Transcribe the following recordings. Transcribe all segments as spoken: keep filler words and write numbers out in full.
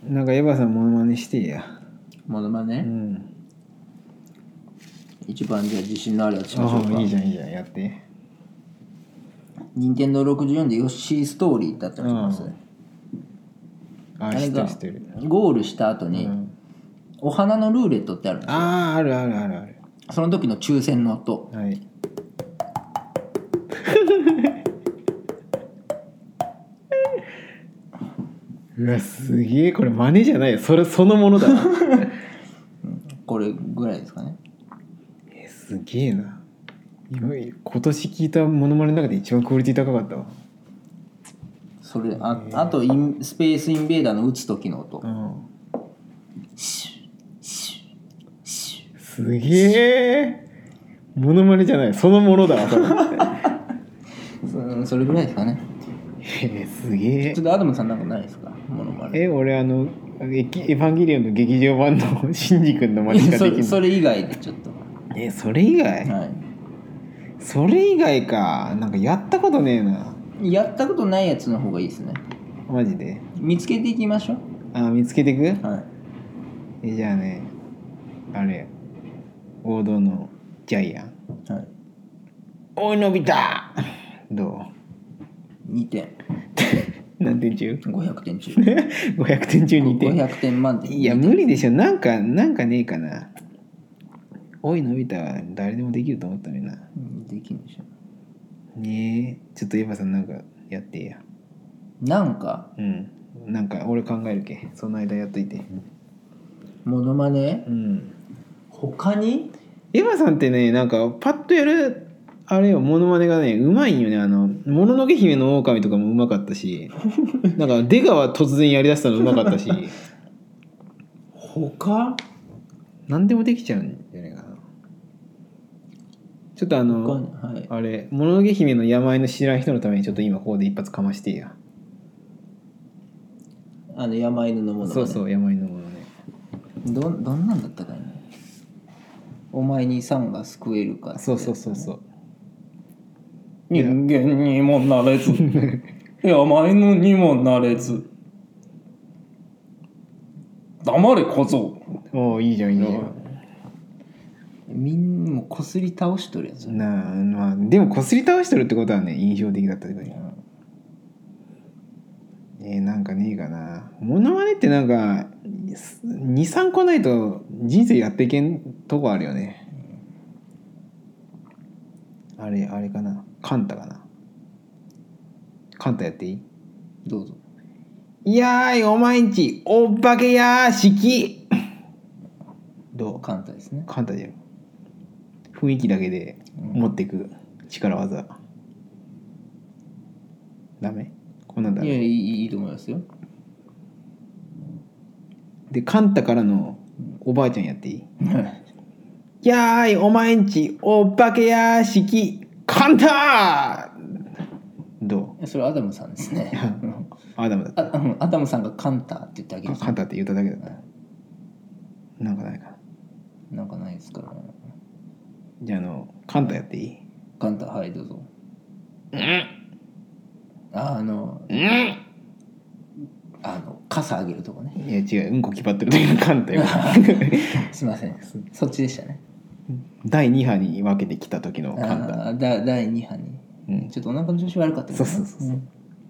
なんかエヴァさんモノマネしてや。 モノマネ、 うん。 一番じゃあ自信のあるやつしましょうか。 いいじゃんいいじゃんやって。 任天堂ろくじゅうよんでヨッシーストーリーってあったりします、うん、 ああれが知ってる知ってる。 ゴールした後に、うん、お花のルーレットってあるんですよ。 あああるあるあるある。 その時の抽選の音。 はい。うわすげえこれ真似じゃないよそれそのものだなこれぐらいですかね。 えすげえな。今, 今年聞いたモノマネの中で一番クオリティ高かったわ。 それ あ, あとインスペースインベーダーの撃つ時の音、うん、シュッシュッシュッすげえモノマネじゃないそのものだわそ, それぐらいですかね。 えすげえ。 ちょっとアダムさんなんかないですかモノマネ。 え俺あのエヴァンゲリオンの劇場版のシンジ君の真似しかできない。 そ, それ以外でちょっと。 えそれ以外、はい、それ以外かなんかやったことねえな。 やったことないやつの方がいいですね。 マジで見つけていきましょう。 あ見つけていく。 はい。 えじゃあねあれ王道のジャイアン。はい。おいのび太どうにてん何点中 ? ごひゃく 点中ごひゃくてん中にてん。 ごひゃくてん満点。 いや無理でしょ。なんかなんかねえかな。おいのび太は誰でもできると思ったのにな。 できるでしょ。 ねえちょっとエヴァさんなんかやってや。 なんかうんなんか俺考えるけその間やっといて。 モノマネ。 うん他にエヴァさんってねなんかパッとやるあれよモノマネがねうまいんよね。あのもののけ姫の狼とかもうまかったしなんか出川突然やりだしたのうまかったし他何でもできちゃうんじゃないかな。ちょっとあの、はい、あれもののけ姫の病の知らん人のためにちょっと今ここで一発かましてや。 あの山犬のものね。 そうそう山犬のものね。 どどんなんだったかね。お前にさんが救えるか、ね、 そうそうそうそう。 人間にもなれず山犬にもなれず黙れ小僧。 おおいいじゃんいいじゃん。 みんなもこすり倒しとるやつなあ、まあ、でもこすり倒しとるってことはね印象的だったけどね。えー、なんかねえかな。モノマネってなんか にさんこないと人生やっていけんとこあるよね。あれあれかなカンタかな。カンタやっていい？ どうぞ。 いやーいお前んちお化け屋敷どう？ カンタですね。 カンタじゃん。雰囲気だけで持っていく力技、うん、ダメ？こんなんダメ？ いやいい、いいと思いますよ。 でカンタからのおばあちゃんやっていい？やーいお前んちお化け屋敷カンタどう？それアダムさんですねアダムだった。 あ、うん、アダムさんがカンタって言ったわけです、ね、 カンタって言っただけだった、はい、なんかないかな。 なんかないですからね。 じゃあ、あのカンタやっていい？ カンタはいどうぞ。 うんあのうんあの傘あげるとこね。 いや違ううんこ決まってる時のカンタよすいませんそっちでしたね。 だいに波に分けてきた時のカンタ。 あだだいに波に、うん、ちょっとお腹の調子悪かったけど、ね、 そうそうそうそう、うん、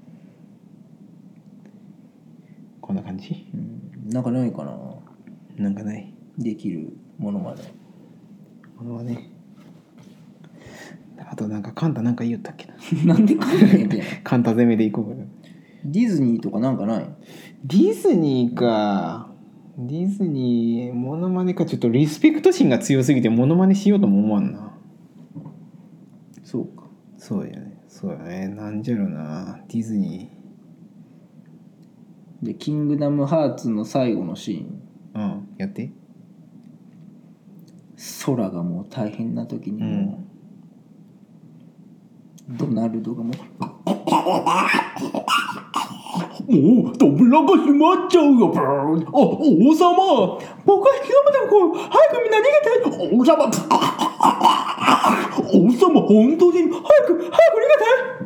こんな感じ、 うん、なんかないかな。 なんかないできるものまでものはね。あとなんかカンタなんか言うったっけななんでカンタ言ってんのカンタ攻めでいこうかな。 ディズニーとかなんかない？ ディズニーか。ディズニーモノマネか。ちょっとリスペクト心が強すぎてモノマネしようとも思わんな。 そうか。 そうやねそうやね。なんじゃろなディズニーでキングダムハーツの最後のシーン。 うんやって。 空がもう大変な時にもう、うん、ドナルドがもうもう扉が閉まっちゃうよ。あ、王様僕は引き止めてこう早くみんな逃げて。王様王様本当に早く早く逃げて。